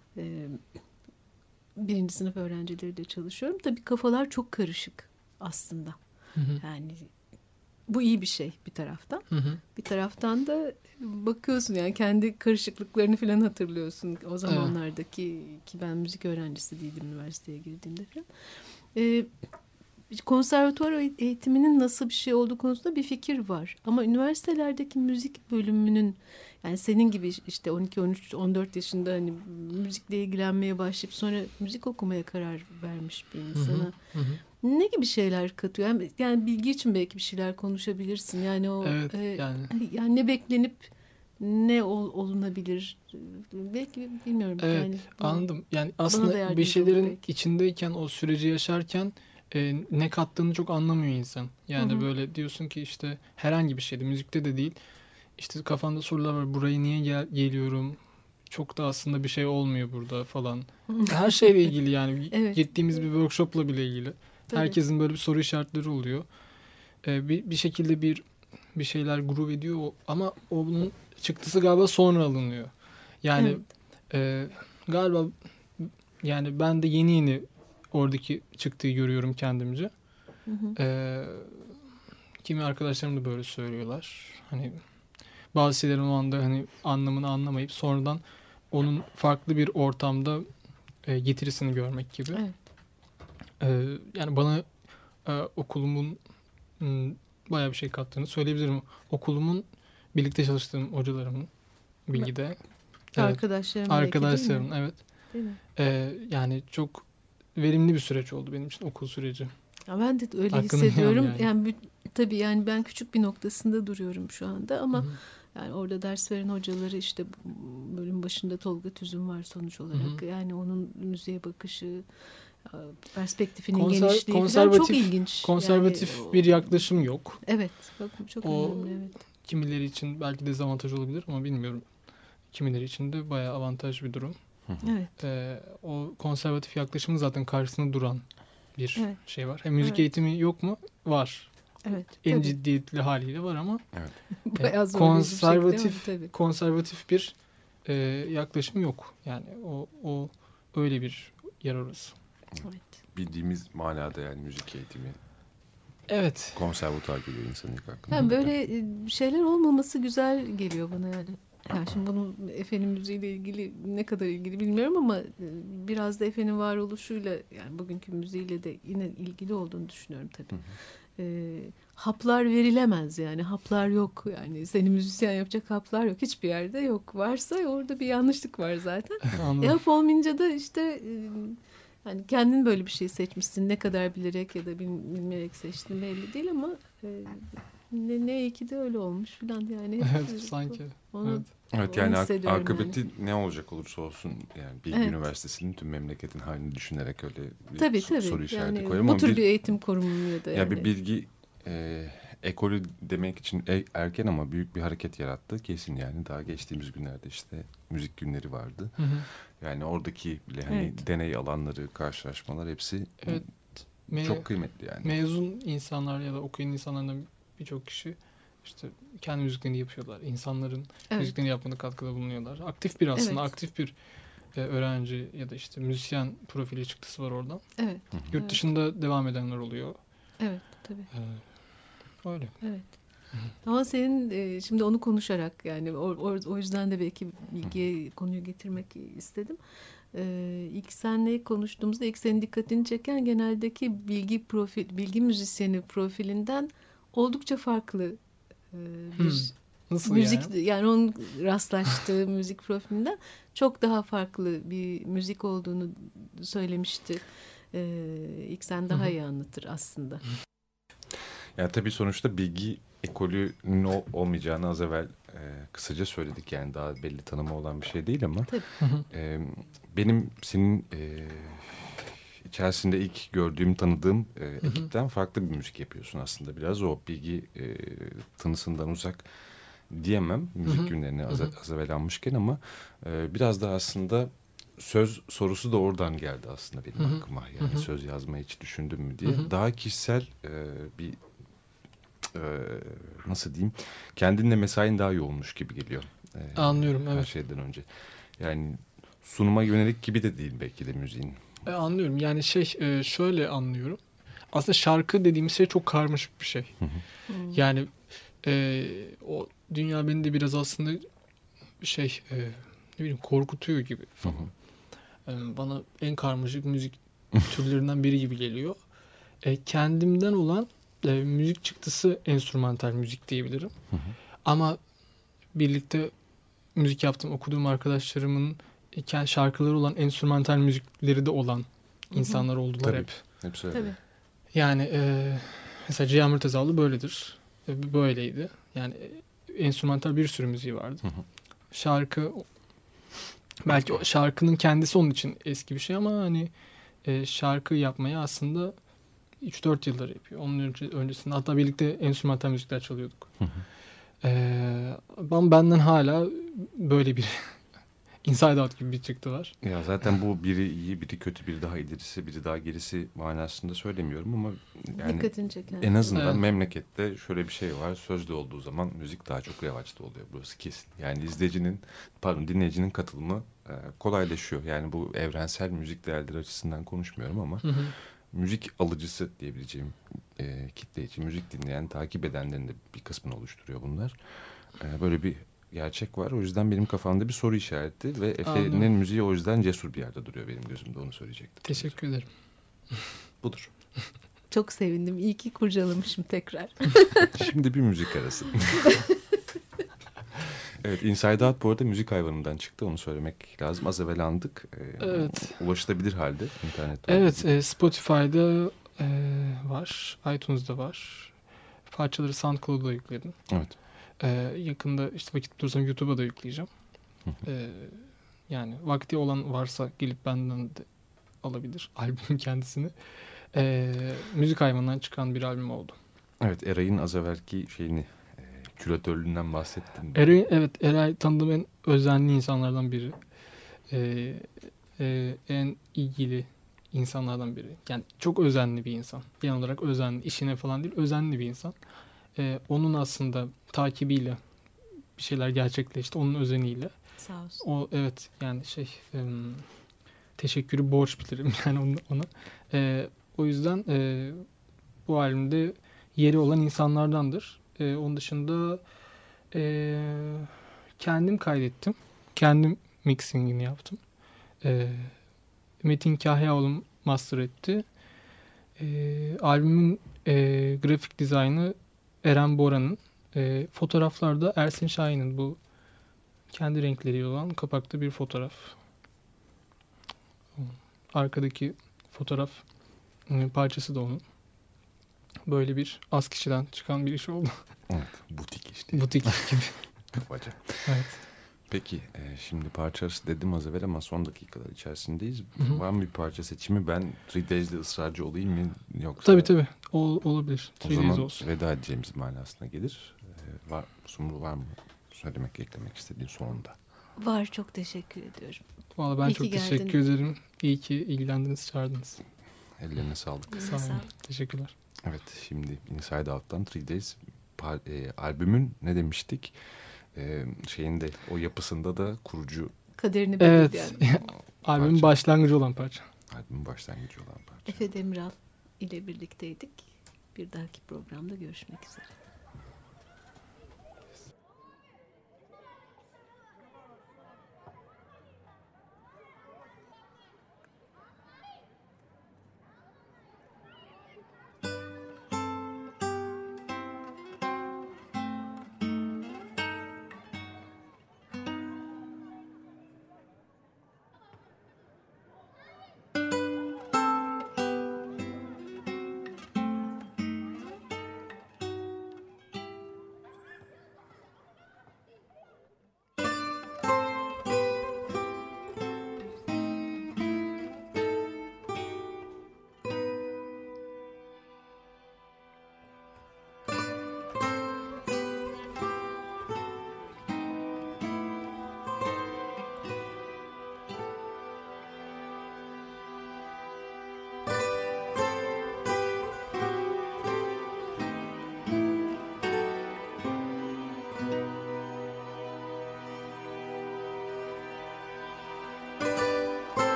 [SPEAKER 3] 1. sınıf öğrencileriyle çalışıyorum. Tabii kafalar çok karışık aslında.
[SPEAKER 4] Hı hı.
[SPEAKER 3] Yani bu iyi bir şey bir taraftan.
[SPEAKER 4] Hı hı.
[SPEAKER 3] Bir taraftan da bakıyorsun yani kendi karışıklıklarını falan hatırlıyorsun. O zamanlardaki ki ben müzik öğrencisi değildim üniversiteye girdiğimde falan. Konservatuvar eğitiminin nasıl bir şey olduğu konusunda bir fikir var. Ama üniversitelerdeki müzik bölümünün yani senin gibi işte 12, 13, 14 yaşında hani müzikle ilgilenmeye başlayıp sonra müzik okumaya karar vermiş bir insana
[SPEAKER 4] Hı hı.
[SPEAKER 3] ne gibi şeyler katıyor? Yani Bilgi için belki bir şeyler konuşabilirsin. Yani o
[SPEAKER 4] Evet,
[SPEAKER 3] yani ne beklenip ne olunabilir? Belki bilmiyorum.
[SPEAKER 4] Evet,
[SPEAKER 3] yani,
[SPEAKER 4] anladım. Yani
[SPEAKER 3] da
[SPEAKER 4] aslında
[SPEAKER 3] yardımcı
[SPEAKER 4] bir
[SPEAKER 3] olur
[SPEAKER 4] şeylerin
[SPEAKER 3] belki.
[SPEAKER 4] içindeyken o süreci yaşarken ne kattığını çok anlamıyor insan. Yani
[SPEAKER 3] Hı hı.
[SPEAKER 4] böyle diyorsun ki işte herhangi bir şeyde, müzikte de değil. İşte kafanda sorular var. Buraya niye geliyorum? Çok da aslında bir şey olmuyor burada falan. Her şeyle ilgili yani.
[SPEAKER 3] Evet.
[SPEAKER 4] Gittiğimiz bir workshopla bile ilgili.
[SPEAKER 3] Tabii.
[SPEAKER 4] Herkesin böyle bir soru işaretleri oluyor. Bir şekilde bir şeyler groove ediyor ama onun çıktısı galiba sonra alınıyor. Yani galiba yani ben de yeni oradaki çıktığı görüyorum kendimce.
[SPEAKER 3] Hı hı.
[SPEAKER 4] Kimi arkadaşlarım da böyle söylüyorlar. Hani bazı şeylerin o anda hani anlamını anlamayıp sonradan onun farklı bir ortamda getirisini görmek gibi.
[SPEAKER 3] Evet.
[SPEAKER 4] Yani bana okulumun bayağı bir şey kattığını söyleyebilirim. Okulumun, birlikte çalıştığım hocalarımın, bilgide. Evet. Arkadaşlarım, evet.
[SPEAKER 3] Değil mi?
[SPEAKER 4] Yani çok verimli bir süreç oldu benim için okul süreci.
[SPEAKER 3] Ya ben de öyle
[SPEAKER 4] Hakkını
[SPEAKER 3] hissediyorum.
[SPEAKER 4] yemem
[SPEAKER 3] Yani tabii yani ben küçük bir noktasında duruyorum şu anda ama
[SPEAKER 4] Hı hı.
[SPEAKER 3] yani orada ders veren hocaları işte bölüm başında Tolga Tüzün var sonuç olarak.
[SPEAKER 4] Hı hı.
[SPEAKER 3] Yani onun müziğe bakışı, perspektifinin
[SPEAKER 4] Konser-
[SPEAKER 3] genişliği falan
[SPEAKER 4] konservatif-
[SPEAKER 3] çok ilginç.
[SPEAKER 4] Konservatif
[SPEAKER 3] Yani
[SPEAKER 4] bir yaklaşım yok.
[SPEAKER 3] Evet, bak çok
[SPEAKER 4] O-
[SPEAKER 3] önemli. Evet.
[SPEAKER 4] Kimileri için belki dezavantaj olabilir ama bilmiyorum. Kimileri için de bayağı avantaj bir durum.
[SPEAKER 3] Evet.
[SPEAKER 4] O konservatif yaklaşımın zaten karşısında duran bir
[SPEAKER 3] Evet.
[SPEAKER 4] şey var. Hem müzik
[SPEAKER 3] Evet.
[SPEAKER 4] eğitimi yok mu? Var.
[SPEAKER 3] Evet.
[SPEAKER 4] En
[SPEAKER 3] tabii.
[SPEAKER 4] ciddiyetli haliyle var ama
[SPEAKER 3] Bayağı zorlayıcı bir şekilde var, tabii.
[SPEAKER 4] konservatif bir yaklaşım yok. Yani o öyle bir yer orası.
[SPEAKER 3] Evet.
[SPEAKER 2] Bildiğimiz manada yani müzik eğitimi,
[SPEAKER 4] Evet.
[SPEAKER 2] konservatuar geliyor insanın ilk aklına.
[SPEAKER 3] Yani böyle şeyler olmaması güzel geliyor bana yani. Yani şimdi bunun Efe'nin müziğiyle ilgili ne kadar ilgili bilmiyorum ama biraz da Efe'nin varoluşuyla yani bugünkü müziğiyle de yine ilgili olduğunu düşünüyorum tabii. Haplar verilemez yani haplar yok yani seni müzisyen yapacak haplar yok hiçbir yerde yok. Varsa orada bir yanlışlık var zaten.
[SPEAKER 4] Anladım.
[SPEAKER 3] Hap olmayınca da işte hani kendin böyle bir şey seçmişsin ne kadar bilerek ya da bilmeyerek seçtin belli değil ama ne iyi ki de öyle olmuş falan yani.
[SPEAKER 4] Evet sanki.
[SPEAKER 3] Onu,
[SPEAKER 4] Evet.
[SPEAKER 2] Evet
[SPEAKER 3] onu
[SPEAKER 2] yani
[SPEAKER 3] hissediyorum
[SPEAKER 2] akıbeti
[SPEAKER 3] yani.
[SPEAKER 2] ne olacak olursa olsun yani Bilgi
[SPEAKER 3] Evet.
[SPEAKER 2] Üniversitesi'nin tüm memleketin halini düşünerek öyle bir
[SPEAKER 3] Tabii
[SPEAKER 2] soru işareti
[SPEAKER 3] yani
[SPEAKER 2] koyuyorum.
[SPEAKER 3] bu
[SPEAKER 2] Ama
[SPEAKER 3] tür bir eğitim kurumu ya da
[SPEAKER 2] ya
[SPEAKER 3] yani.
[SPEAKER 2] bir bilgi ekolü demek için erken ama büyük bir hareket yarattı kesin yani. Daha geçtiğimiz günlerde işte müzik günleri vardı.
[SPEAKER 4] Hı hı.
[SPEAKER 2] Yani oradaki bile hani
[SPEAKER 3] Evet.
[SPEAKER 2] deney alanları, karşılaşmalar hepsi
[SPEAKER 4] Evet.
[SPEAKER 2] çok kıymetli yani.
[SPEAKER 4] Mezun insanlar ya da okuyan insanlardan birçok kişi işte kendi müziklerini yapıyorlar. İnsanların
[SPEAKER 3] Evet.
[SPEAKER 4] müziklerini yapmada katkıda bulunuyorlar. Aktif bir aslında
[SPEAKER 3] Evet.
[SPEAKER 4] aktif bir öğrenci ya da işte müzisyen profili çıktısı var oradan.
[SPEAKER 3] Evet.
[SPEAKER 4] Yurt
[SPEAKER 3] Evet.
[SPEAKER 4] dışında devam edenler oluyor.
[SPEAKER 3] Evet tabii.
[SPEAKER 4] Öyle.
[SPEAKER 3] Evet. Ama senin şimdi onu konuşarak yani o yüzden de belki bilgiye konuyu getirmek istedim. İlk seninle konuştuğumuzda ilk senin dikkatini çeken geneldeki bilgi müzisyeni profilinden oldukça farklı bir
[SPEAKER 4] Nasıl
[SPEAKER 3] müzik
[SPEAKER 4] yani?
[SPEAKER 3] onun rastlaştığı müzik profilinden çok daha farklı bir müzik olduğunu söylemişti. İlk sen daha iyi anlatır aslında.
[SPEAKER 2] Yani tabii sonuçta bilgi ekolünün olmayacağını az evvel kısaca söyledik. Yani daha belli tanımı olan bir şey değil ama benim senin içerisinde ilk gördüğüm, tanıdığım ekipten farklı bir müzik yapıyorsun aslında. Biraz o bilgi tınısından uzak diyemem müzik günlerini az evvel almışken ama biraz da aslında söz sorusu da oradan geldi aslında benim aklıma. Yani söz yazmayı hiç düşündüm mü diye. Daha kişisel bir nasıl diyeyim kendinle mesain daha yoğunmuş gibi geliyor.
[SPEAKER 4] Anlıyorum,
[SPEAKER 2] her
[SPEAKER 4] evet.
[SPEAKER 2] şeyden önce. Yani sunuma yönelik gibi de değil belki de müziğin.
[SPEAKER 4] Anlıyorum. Yani şöyle anlıyorum. Aslında şarkı dediğimiz şey çok karmaşık bir şey. Yani o dünya beni de biraz aslında ne bileyim korkutuyor gibi falan. Bana en karmaşık müzik türlerinden biri gibi geliyor. Kendimden olan müzik çıktısı enstrümantal müzik diyebilirim. Ama birlikte müzik yaptığım, okuduğum arkadaşlarımın şarkıları olan enstrümantal müzikleri de olan insanlar oldular
[SPEAKER 2] Tabii.
[SPEAKER 4] hep.
[SPEAKER 2] Hepsi öyle.
[SPEAKER 3] Tabii.
[SPEAKER 4] Yani mesela Cihan Mürtezaoğlu böyledir. Böyleydi. Yani enstrümantal bir sürü müziği vardı. Şarkı belki şarkının kendisi onun için eski bir şey ama hani şarkı yapmayı aslında 3-4 yıldır yapıyor. Onun öncesinde hatta birlikte enstrümantal müzikler çalıyorduk. Benden hala böyle bir Inside Out gibi bir çıktı var.
[SPEAKER 2] Ya zaten bu biri iyi, biri kötü, biri daha ilerisi, biri daha gerisi manasında söylemiyorum ama yani
[SPEAKER 3] Dikkatini çeken.
[SPEAKER 2] en azından
[SPEAKER 4] Evet.
[SPEAKER 2] memlekette şöyle bir şey var. Sözlü olduğu zaman müzik daha çok revaçta oluyor. Burası kesin. Yani dinleyicinin katılımı kolaylaşıyor. Yani bu evrensel müzik değerleri açısından konuşmuyorum ama müzik alıcısı diyebileceğim kitle için müzik dinleyen, takip edenlerin de bir kısmını oluşturuyor bunlar. Böyle bir gerçek var. O yüzden benim kafamda bir soru işareti ve Efe'nin müziği o yüzden cesur bir yerde duruyor benim gözümde. Onu söyleyecektim.
[SPEAKER 4] Teşekkür ederim.
[SPEAKER 2] Budur.
[SPEAKER 3] Çok sevindim. İyi ki kurcalamışım tekrar.
[SPEAKER 2] Şimdi bir müzik arası. Evet, Inside Out bu arada müzik hayvanından çıktı. Onu söylemek lazım. Az evvel andık.
[SPEAKER 4] Evet.
[SPEAKER 2] Ulaşılabilir halde internette.
[SPEAKER 4] Evet, Spotify'da var, iTunes'da var. Parçaları SoundCloud'a yükledim.
[SPEAKER 2] Evet.
[SPEAKER 4] Yakında işte vakit bulursam YouTube'a da yükleyeceğim. Yani vakti olan varsa gelip benden de alabilir albümün kendisini. Müzik hayvanından çıkan bir albüm oldu.
[SPEAKER 2] Evet, Eray'ın az evvelki şeyini, küratörlüğünden bahsettin.
[SPEAKER 4] Eray tanıdığım en özenli insanlardan biri. En ilgili insanlardan biri. Yani çok özenli bir insan. Genel olarak özenli, işine falan değil, özenli bir insan. Onun aslında takibiyle bir şeyler gerçekleşti. Onun özeniyle.
[SPEAKER 3] Sağ olsun.
[SPEAKER 4] O evet yani teşekkürü borç bilirim yani ona. O yüzden bu albümde yeri olan insanlardandır. Onun dışında kendim kaydettim. Kendim mixingini yaptım. Metin Kahyaoğlu master etti. Albümün grafik dizaynı Eren Bora'nın. Fotoğraflarda Ersin Şahin'in bu kendi renkleri olan kapakta bir fotoğraf. Arkadaki fotoğraf parçası da onun. Böyle bir az kişiden çıkan bir iş oldu.
[SPEAKER 2] Evet, butik işte.
[SPEAKER 4] Butik gibi.
[SPEAKER 2] Kabaca.
[SPEAKER 4] Evet.
[SPEAKER 2] Peki, şimdi parça arası dedim az evvel ama son dakikalar içerisindeyiz.
[SPEAKER 4] Hı-hı.
[SPEAKER 2] Var mı bir parça seçimi? Ben 3 Days'de ısrarcı olayım mı yoksa?
[SPEAKER 4] Tabii. Olabilir.
[SPEAKER 2] O
[SPEAKER 4] 3
[SPEAKER 2] zaman
[SPEAKER 4] Days olsun.
[SPEAKER 2] veda edeceğimiz manasına gelir. Sumru var mı söylemek, eklemek istediğin sonunda?
[SPEAKER 3] Var, çok teşekkür ediyorum.
[SPEAKER 4] Vallahi ben
[SPEAKER 3] İyi
[SPEAKER 4] çok
[SPEAKER 3] ki
[SPEAKER 4] teşekkür
[SPEAKER 3] geldin.
[SPEAKER 4] ederim. İyi ki ilgilendiniz, çağırdınız.
[SPEAKER 2] Ellerine sağlık.
[SPEAKER 4] Sağ olun.
[SPEAKER 3] Sağlık.
[SPEAKER 4] Teşekkürler.
[SPEAKER 2] Evet, şimdi Inside Out'tan 3 Days albümün ne demiştik? Şeyin de o yapısında da kurucu
[SPEAKER 3] Kaderini
[SPEAKER 4] Evet.
[SPEAKER 3] belirleyen
[SPEAKER 4] Albümün
[SPEAKER 2] Parça.
[SPEAKER 4] başlangıcı olan parça.
[SPEAKER 2] albümün başlangıcı olan parça.
[SPEAKER 3] Efe Demiral ile birlikteydik. Bir dahaki programda görüşmek üzere.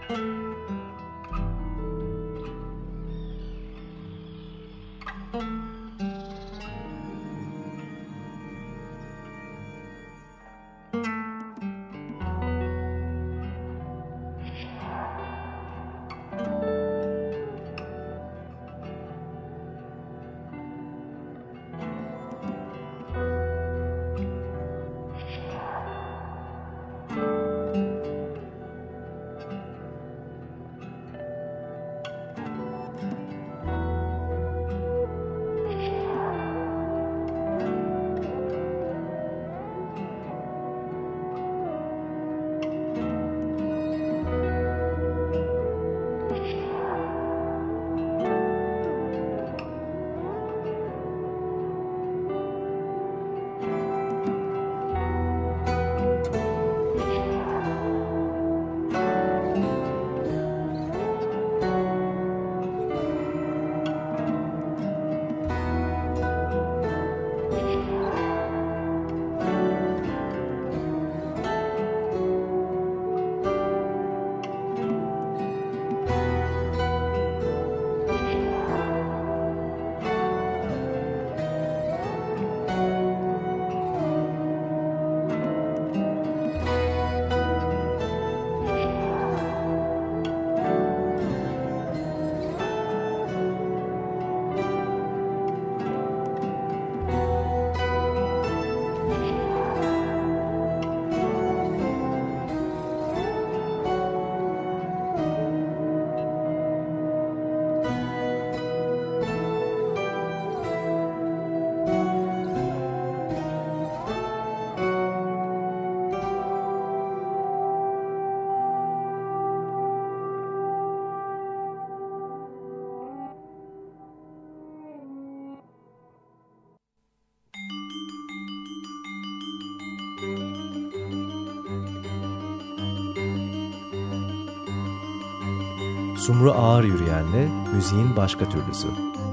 [SPEAKER 1] Sumru Ağır Yürüyen'le müziğin başka türlüsü.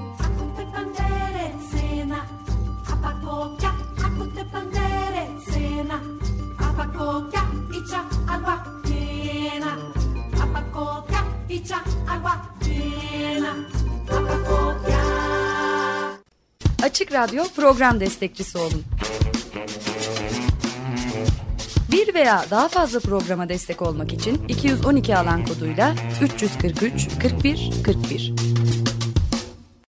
[SPEAKER 6] Açık Radyo program destekçisi olun. Bir veya daha fazla programa destek olmak için 212 alan koduyla 343 41 41.